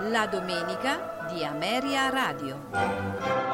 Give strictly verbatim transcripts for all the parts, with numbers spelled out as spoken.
La domenica di Ameria Radio.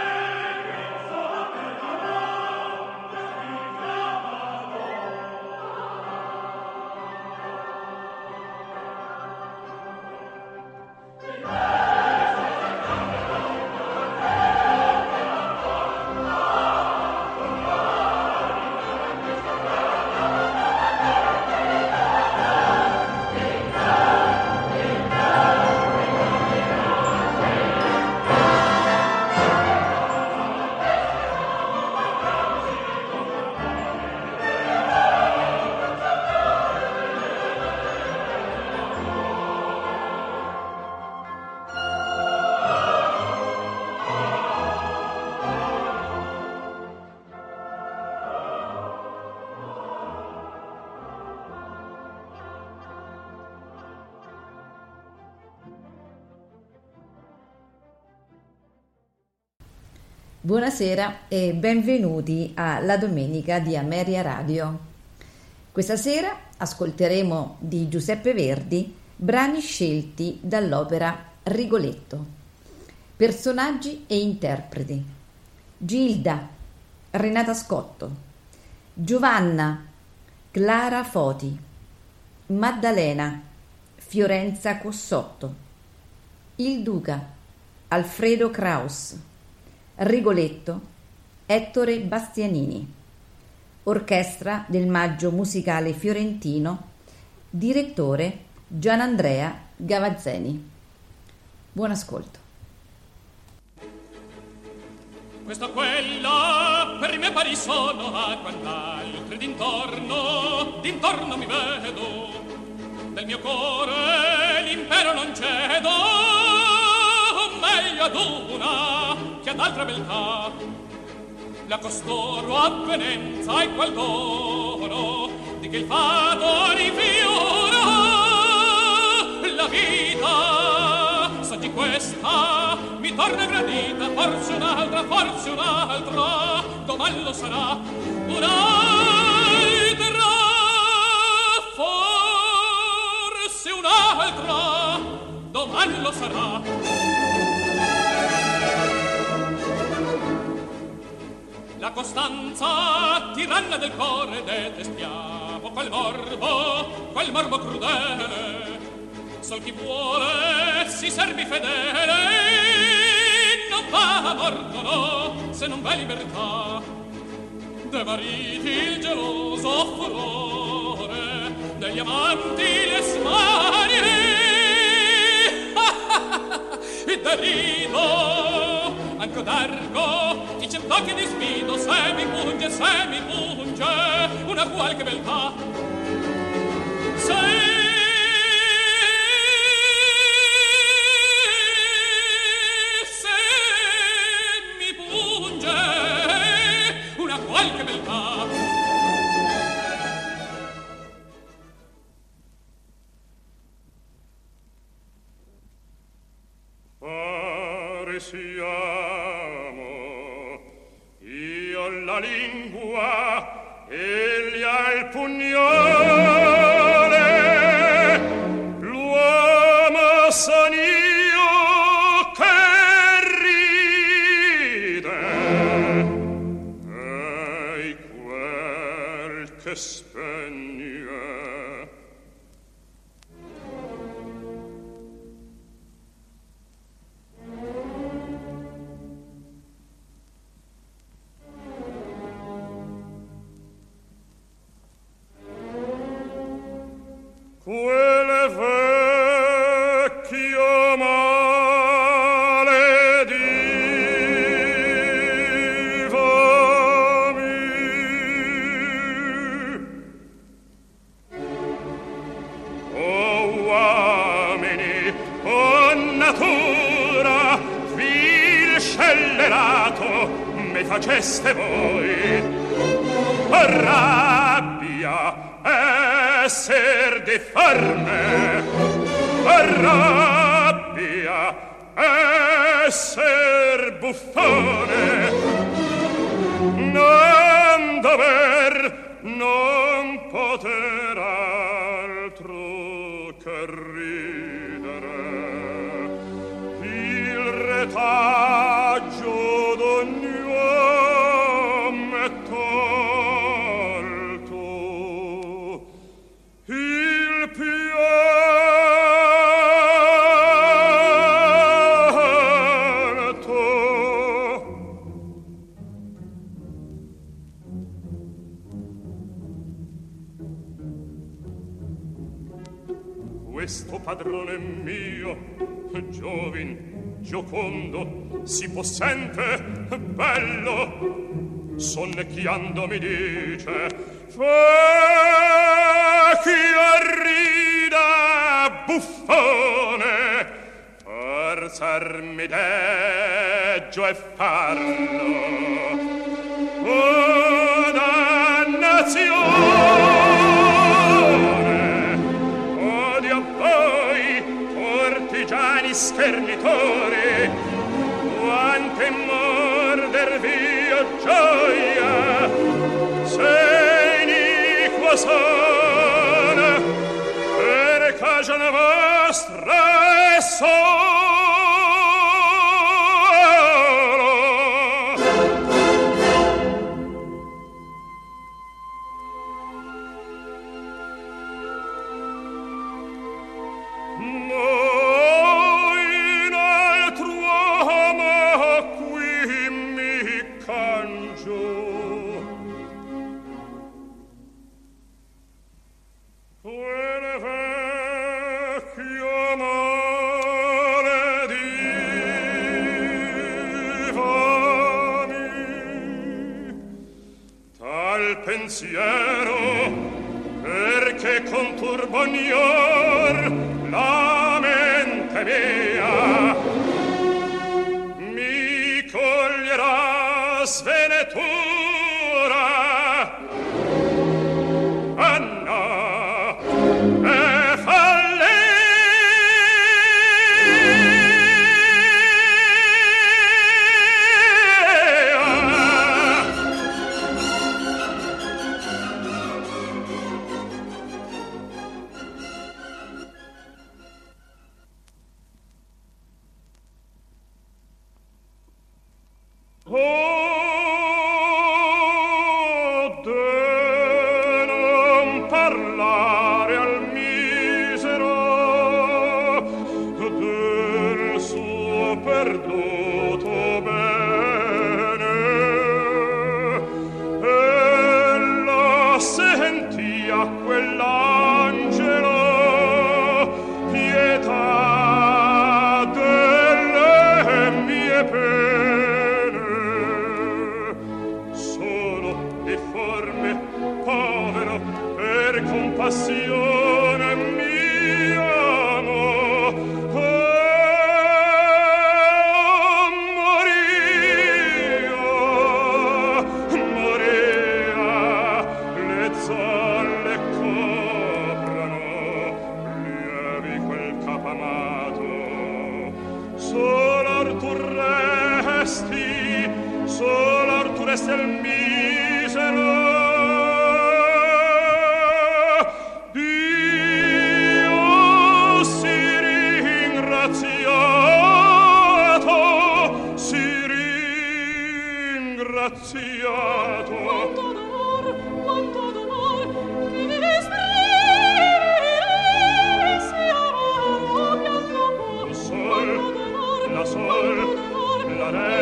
Buonasera e benvenuti alla domenica di Ameria Radio. Questa sera ascolteremo di Giuseppe Verdi brani scelti dall'opera Rigoletto. Personaggi e interpreti: Gilda, Renata Scotto; Giovanna, Clara Foti; Maddalena, Fiorenza Cossotto; il Duca, Alfredo Kraus; Rigoletto, Ettore Bastianini. Orchestra del Maggio Musicale Fiorentino, direttore Gianandrea Gavazzeni. Buon ascolto. Questa quella per me pari sono a quant'altri d'intorno, d'intorno mi vedo, del mio cuore l'impero non cedo, meglio ad una che ad altra beltà, la costoro avvenenza e qual dono di che il fato rifiora la vita, sa di questa mi torna gradita, forse un'altra, forse un'altra, doman lo sarà un'altra, forse un'altra, doman lo sarà. La costanza tiranna del cuore detestiamo, quel morbo, quel morbo crudele, sol chi vuole si servi fedele, non va morto no, se non va libertà. De mariti il geloso furore, degli amanti le smanie, e derido anche d'argo chi c'è tocchi di sfido, se mi punge, se mi punge una qualche beltà, se se mi punge una qualche beltà. Pare siamo io la lingua e gli al pugnale, l'uomo son io che ride e quel che spegne. Quel vecchio male divami, o uomini, o natura, vil scellerato me faceste voi, o rabbia esser difforme, rabbia esser buffone, non dover, non poter altro che ridere. questo padrone mio, giovin, giocondo, si possente, bello, sonnecchiando mi dice: fa chi arrida, buffone, forzarmi deggio e farlo. Oh, dannazione! Odio a voi, cortigiani schernitori, quante mordervi ho gioia, se iniqua sono, per cagione vostra e solo. Pensiero, perché con turbonior la mente mia mi coglierà svenetura. Ah no, è follia. Passione mi amo, oh, moria, moria, le zolle coprano, lievi quel capo amato, solo tu resti, solo tu resti al misero. Quanto d'amor, quanto d'amor, che esprime si amaro piano cuor. Il sol, la sol, la re,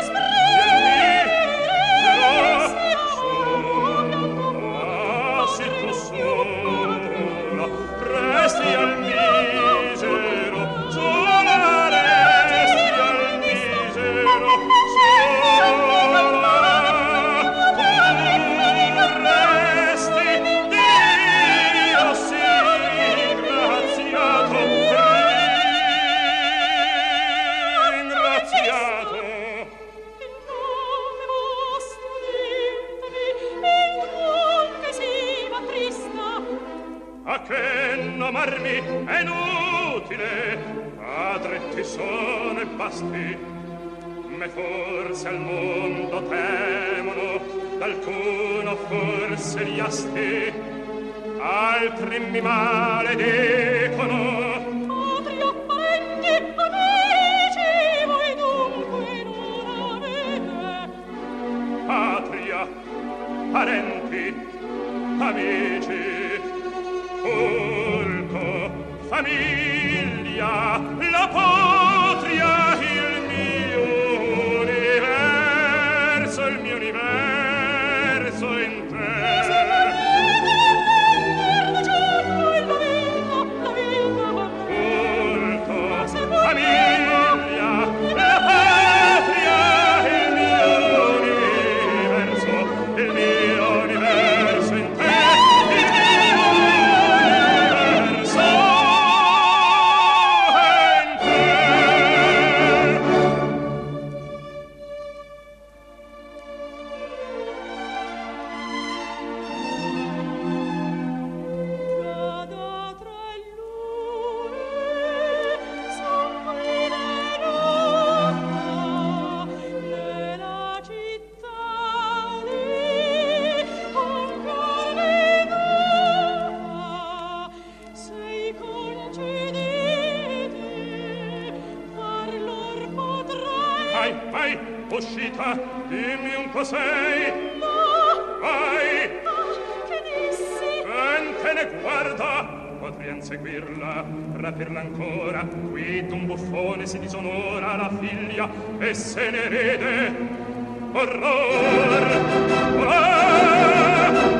esprime si amaro piano cuor. Ah, se tu sola resti al misero, sola resti al misero, amarmi è inutile, padre ti sono e basti. Me forse al mondo temono, d'alcuno forse gli asti, altri mi maledicono. Patria, parenti, amici, voi dunque non avete. Patria, parenti, amici, folco, famiglia, la patria, il mio universo, il mio universo in te. uscita, dimmi un po' sei. Ma, Vai, ah, che dissi? ben te ne guarda. Potrei seguirla, rapirla ancora. Qui d'un buffone si disonora la figlia e se ne rede. Orror! Ah!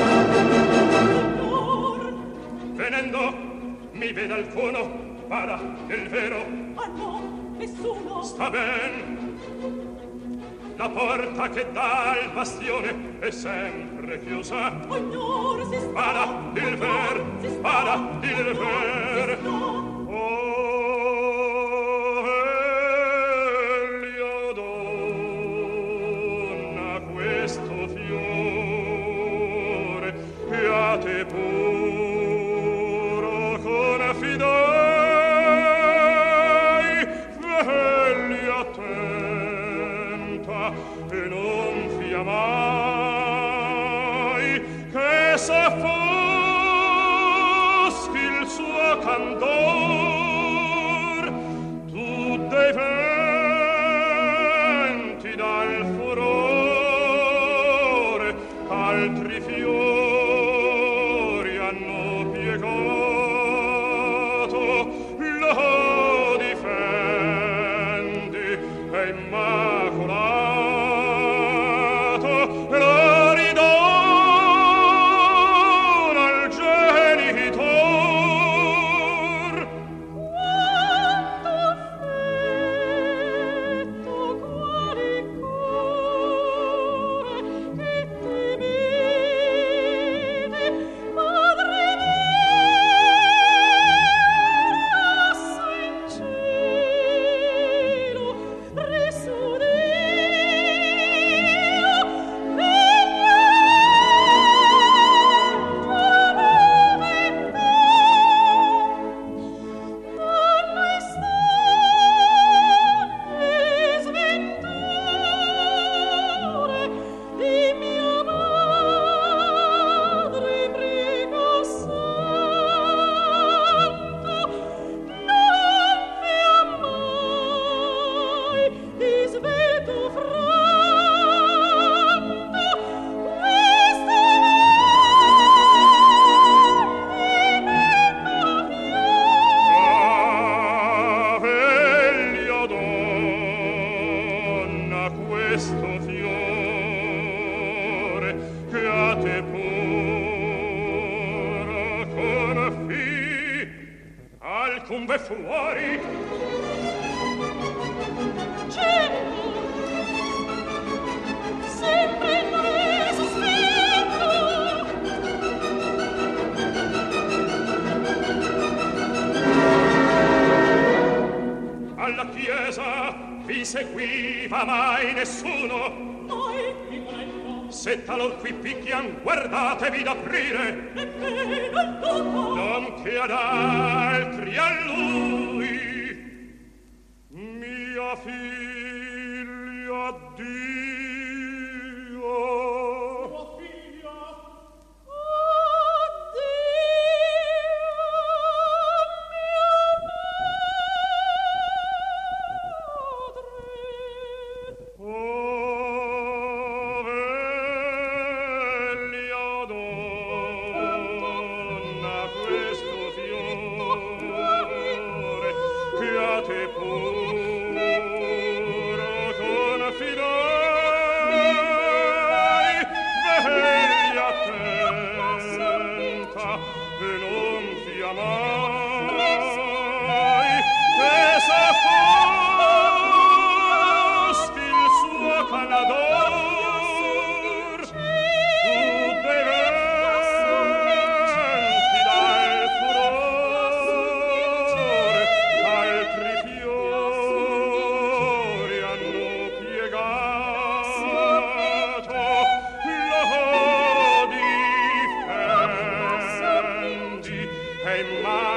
Venendo, mi veda alcuno. Vada, il vero. Ah no, nessuno. Sta ben. La porta che dà al bastione è sempre chiusa. Ognor si sta. Vada, il ver. Si sta. Vada, il ver. Si sta. Oh, Eliodonna, questo fiore che a te puro confidai, vegli attenta e non fia mai che s'affoschi il suo candor. Tu dei venti dal furore altri fiori hanno piegato, lo difendi e immacolato e lo ridona al genitor. Quanto affetto, quale cuore che ti vede, madre mia, lasso in cielo, presso Dio, di mia madre prego santo, non fia mai di svelto franto questa Ah, Eliodonna, questo fiore che a te puro confi, alcun ve fuori. certo, sempre in me sospetto. Alla chiesa vi seguiva mai nessuno. Mai, Nicoletto, Se talor qui picchian, guardatevi d'aprire, nemmeno il tuo. non che ad altri a lui. Mia figlia, Dio. Tua figlia. Addio, mia madre. Oh, Eliodonna, questo fiore che a te puro confidai, vegli attenta e non fia mai che s'affoschi il suo canador. Tu dei venti dal furore altri fiori hanno piegato, lo difendi e mai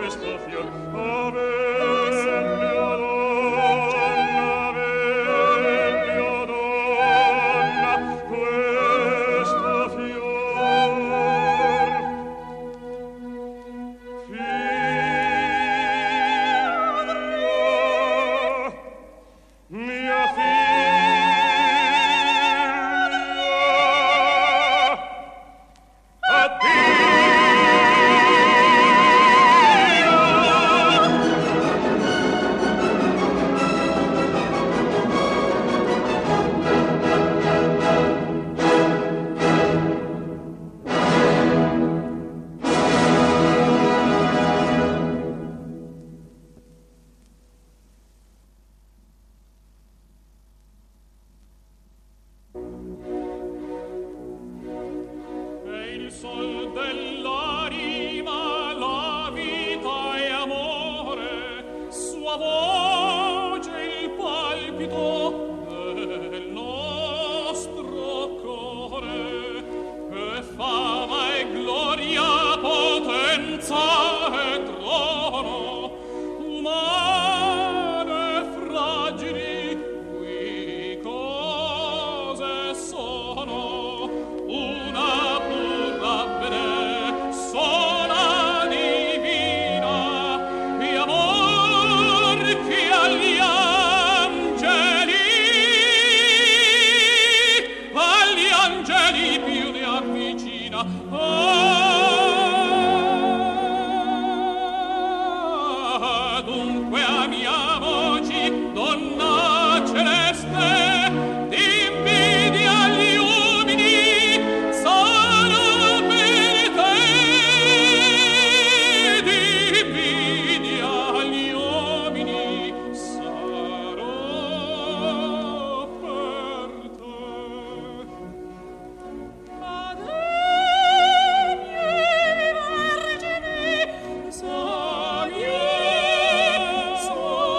So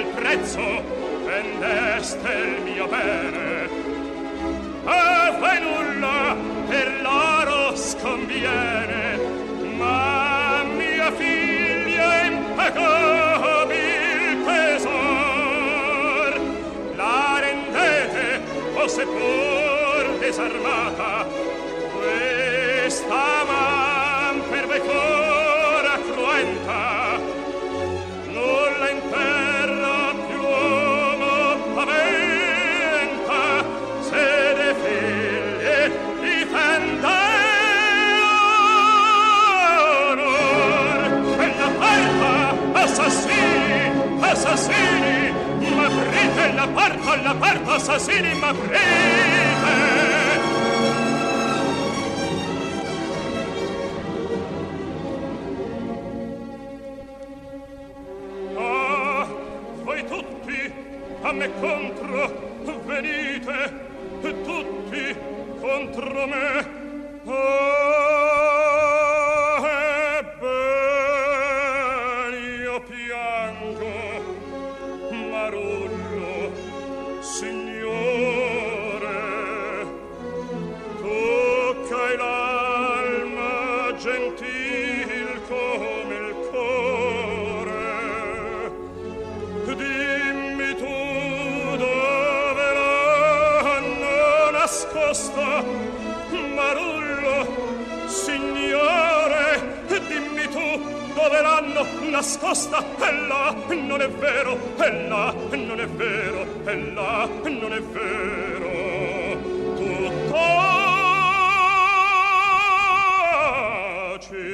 qual prezzo vendeste il mio bene? E fai nulla per l'oro sconviene, ma mia figlia impagabil tesor la rendete o seppur disarmata, questa man per voi fora cruenta, nulla in terra più l'uomo paventa, se de figlie difenda onor. E la porta, assassini, assassini, m'aprite la porta, la porta, assassini, m'aprite. A me contro venite, tutti contro me. Ah, ebbene io piango, Marullo, signore, toccai l'alma gentil come il cuore. Dimmi tu nascosta, Marullo, signore, dimmi tu dove l'hanno nascosta. E là non è vero, e là non è vero, e là non è vero. Tu taci.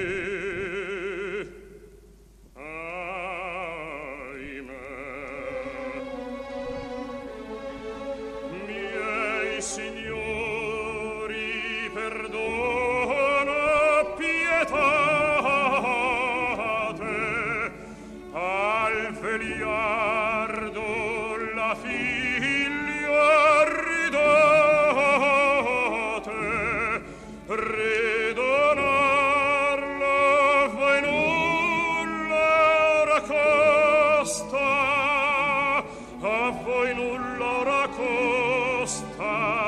Signori, perdono, pietate, al vegliardo la figlia ridate, ridonarla voi nulla ora costa, a voi nulla ora costa.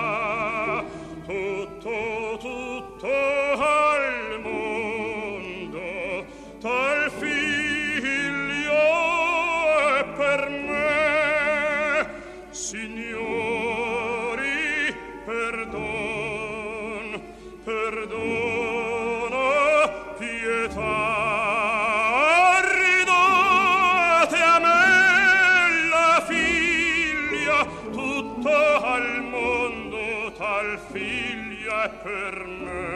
Tutto, tutto al mondo, tal figlio è per me. Signori, perdon, perdono, pietà, ridate a me la figlia, tutto al mondo, tal figlia è per me.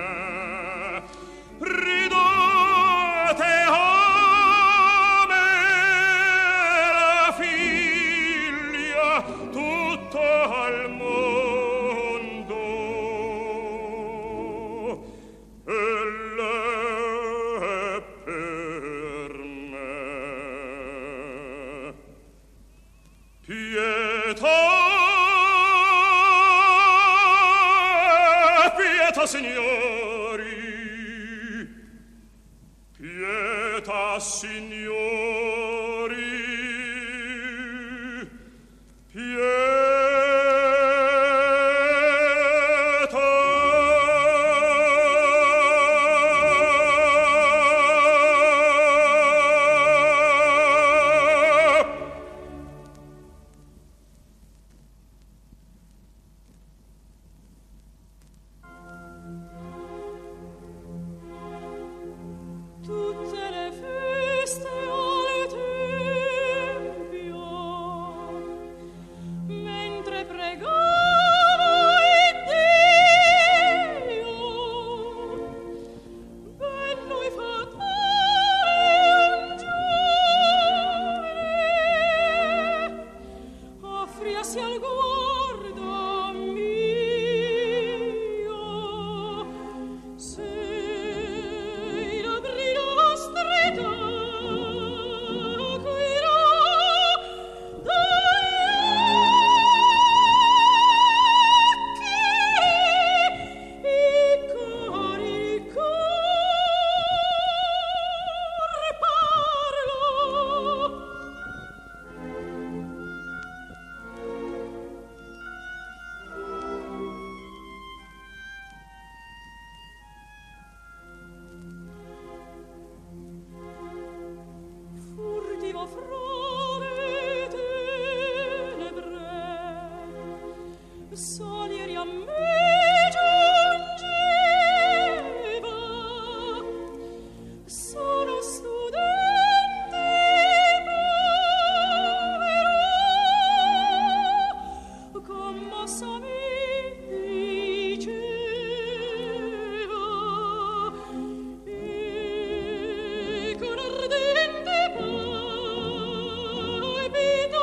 Ridate a me la figlia, tutto al mondo, ella è per me. Pietà, signori, pietà, signori, pietà. Solieri a me giungeva, sono studente povero, commossa mi diceva, e con ardente palpito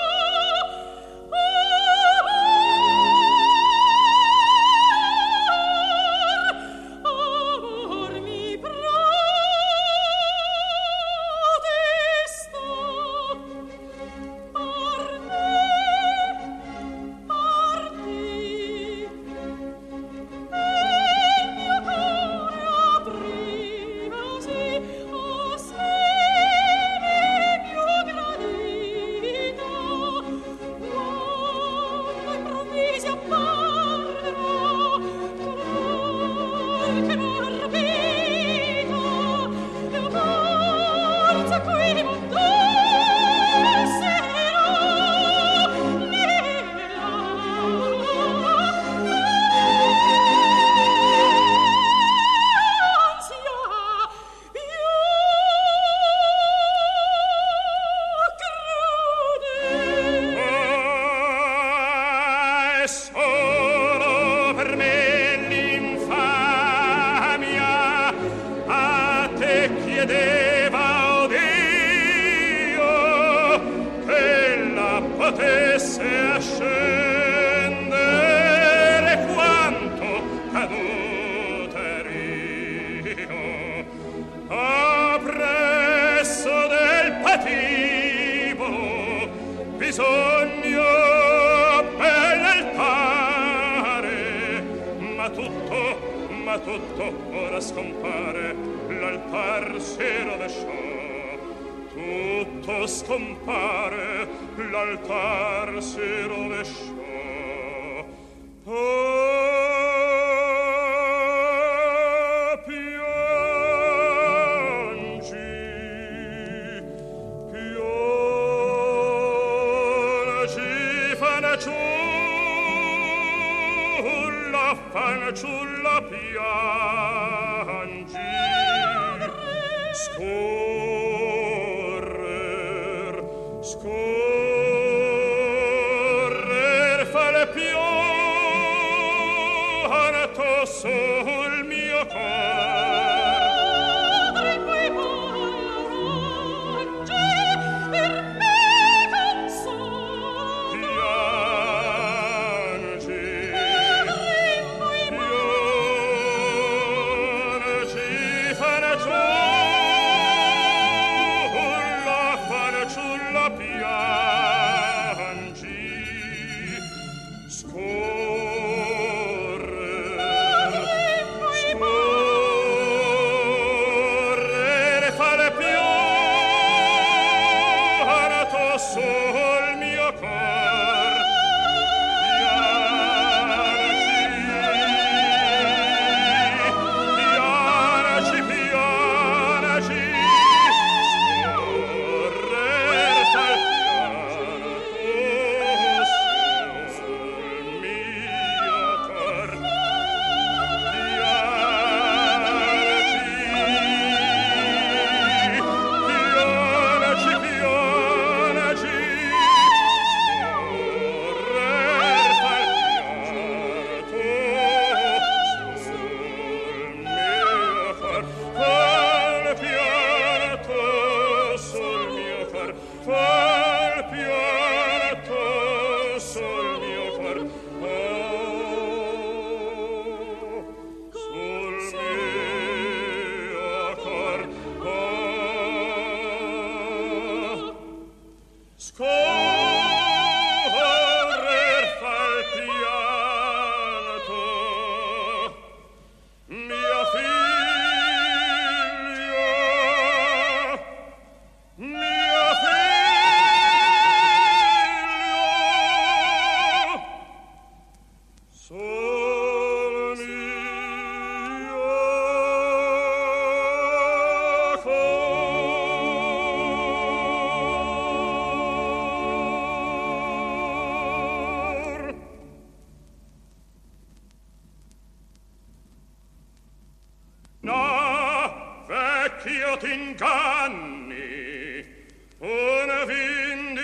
fanciulla piangi, scorrer, scorrer fa le pianto sul mio cor.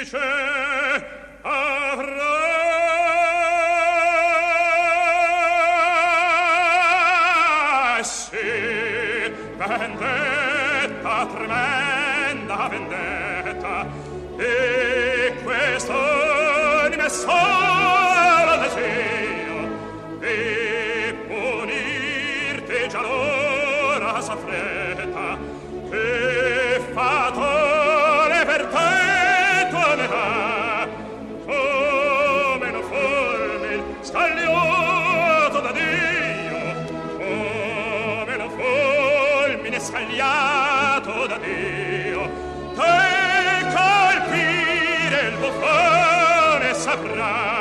vendetta, tremenda vendetta, e questo anime solo desio, e punirti già l'ora s'affretta, che fatone per te tua metà, come un fulmine scagliato da Dio, come un fulmine scagliato da Dio, te colpire il buffone saprà.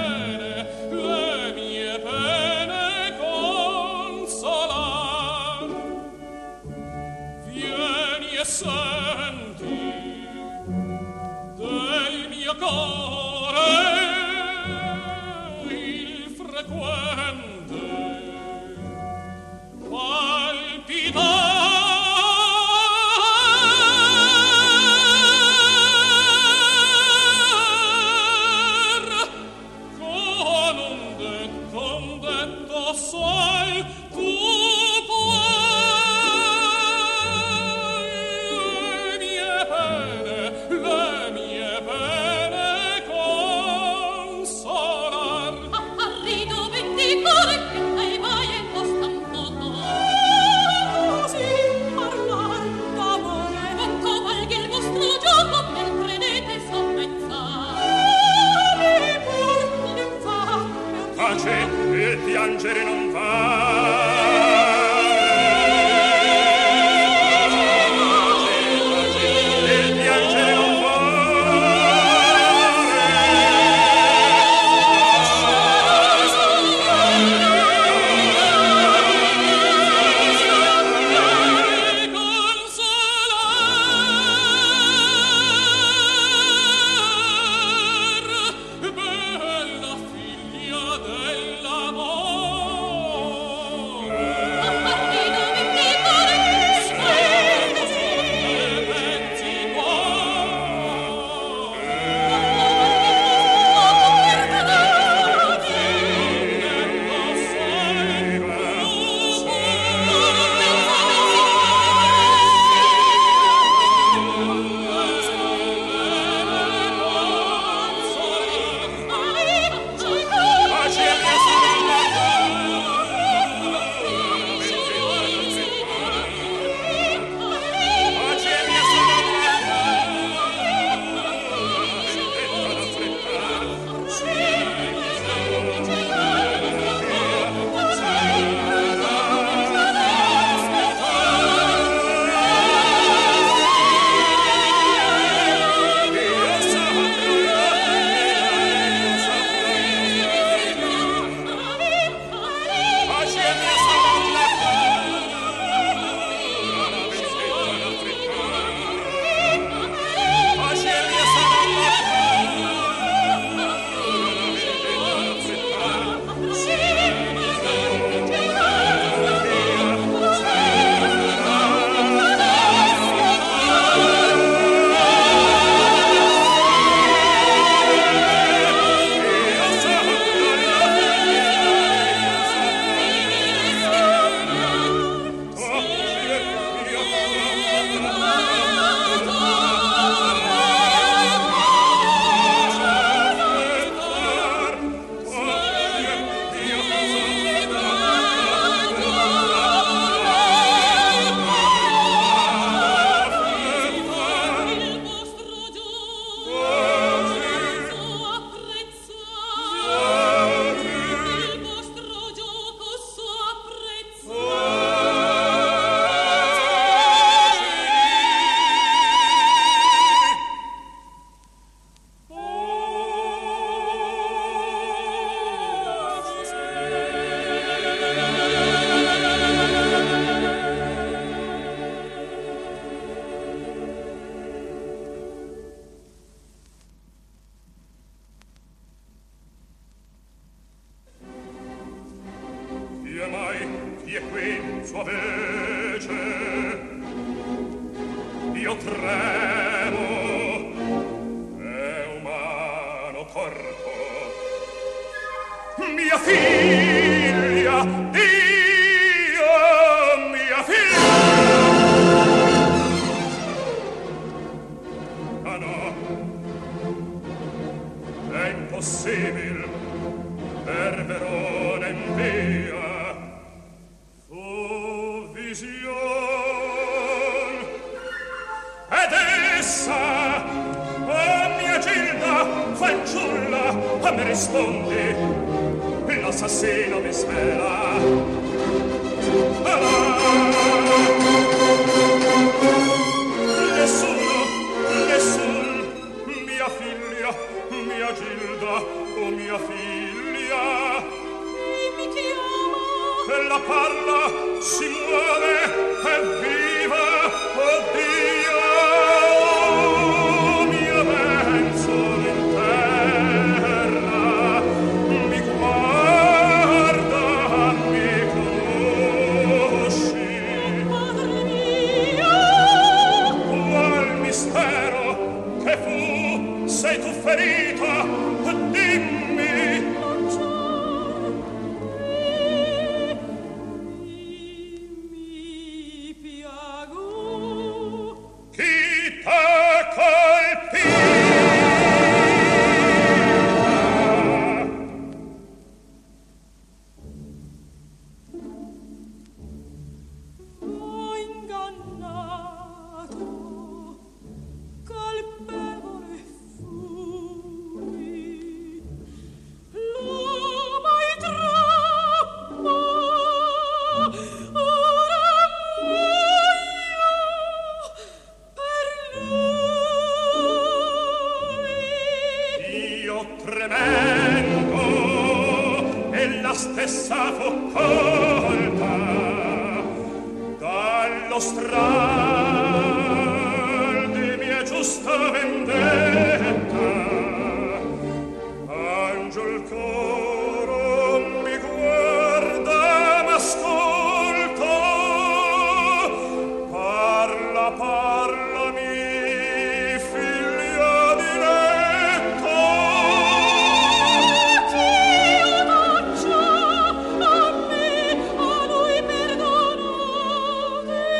Le mie pene consolar. senti del mio core il frequente palpitar con un detto, un detto sol tu il piangere non va. L'assassino mi svela. Nessuno, nessun, mia figlia, mia Gilda, o mia figlia. Mi chiama. E la parla si muove, è viva, oh Dio. nostral di mia giusta vendetta. Angel coro mi guarda, m'ascolta, parla, parlami, figlia diletta. Dio faccia a me, a lui perdonate,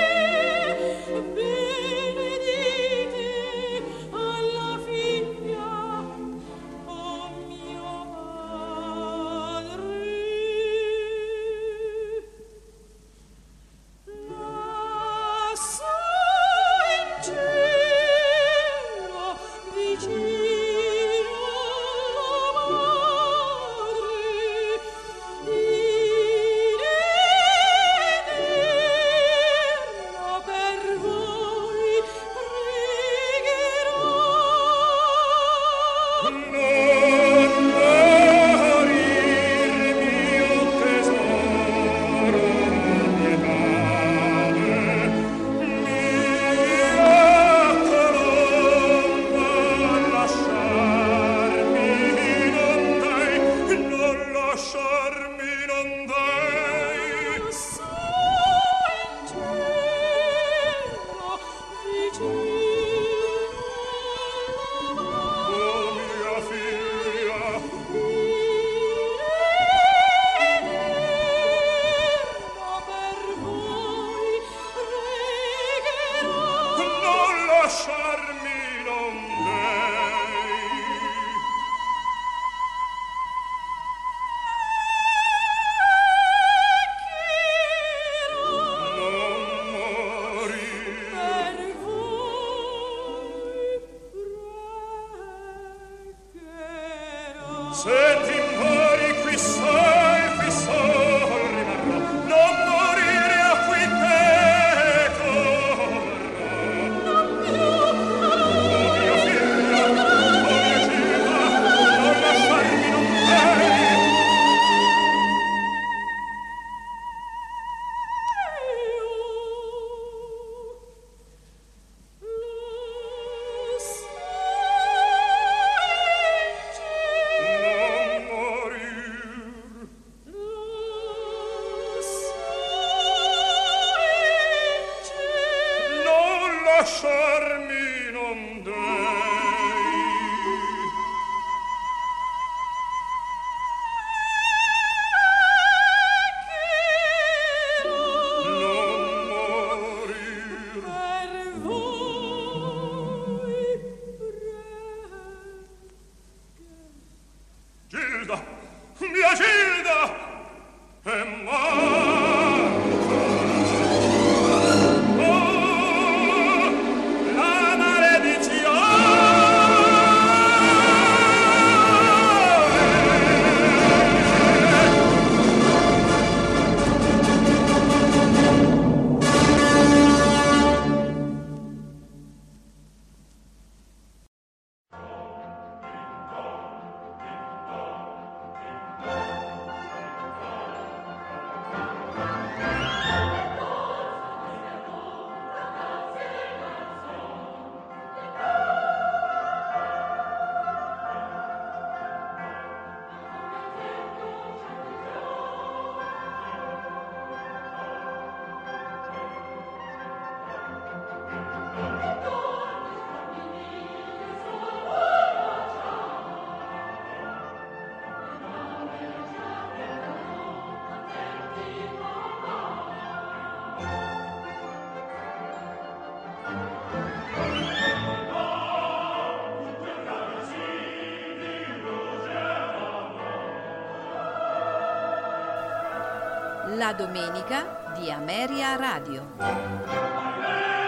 benedite alla figlia, a mia madre. Lassù in cielo, vicino alla madre, in eterno per voi pregherò. Non morir, mio tesoro, pietate, mia colomba, lasciarmi non dai, non lasciarmi non dai. Lassù in cielo, vicino alla Oh, mia figlia, eterno per voi pregherò. non lasciarmi non dei. Non morir. Per voi pregherò. Se ti mori qui sol, qui sol rimarrò, non morire a qui te corrò. Non più, Oh mia figlia, oh mia Gilda, non lasciarmi non dei. Non morir. Non lasciarmi non dei. Non morir. Per voi Gilda, mia Gilda, è morta. Oh, la La domenica di Ameria Radio.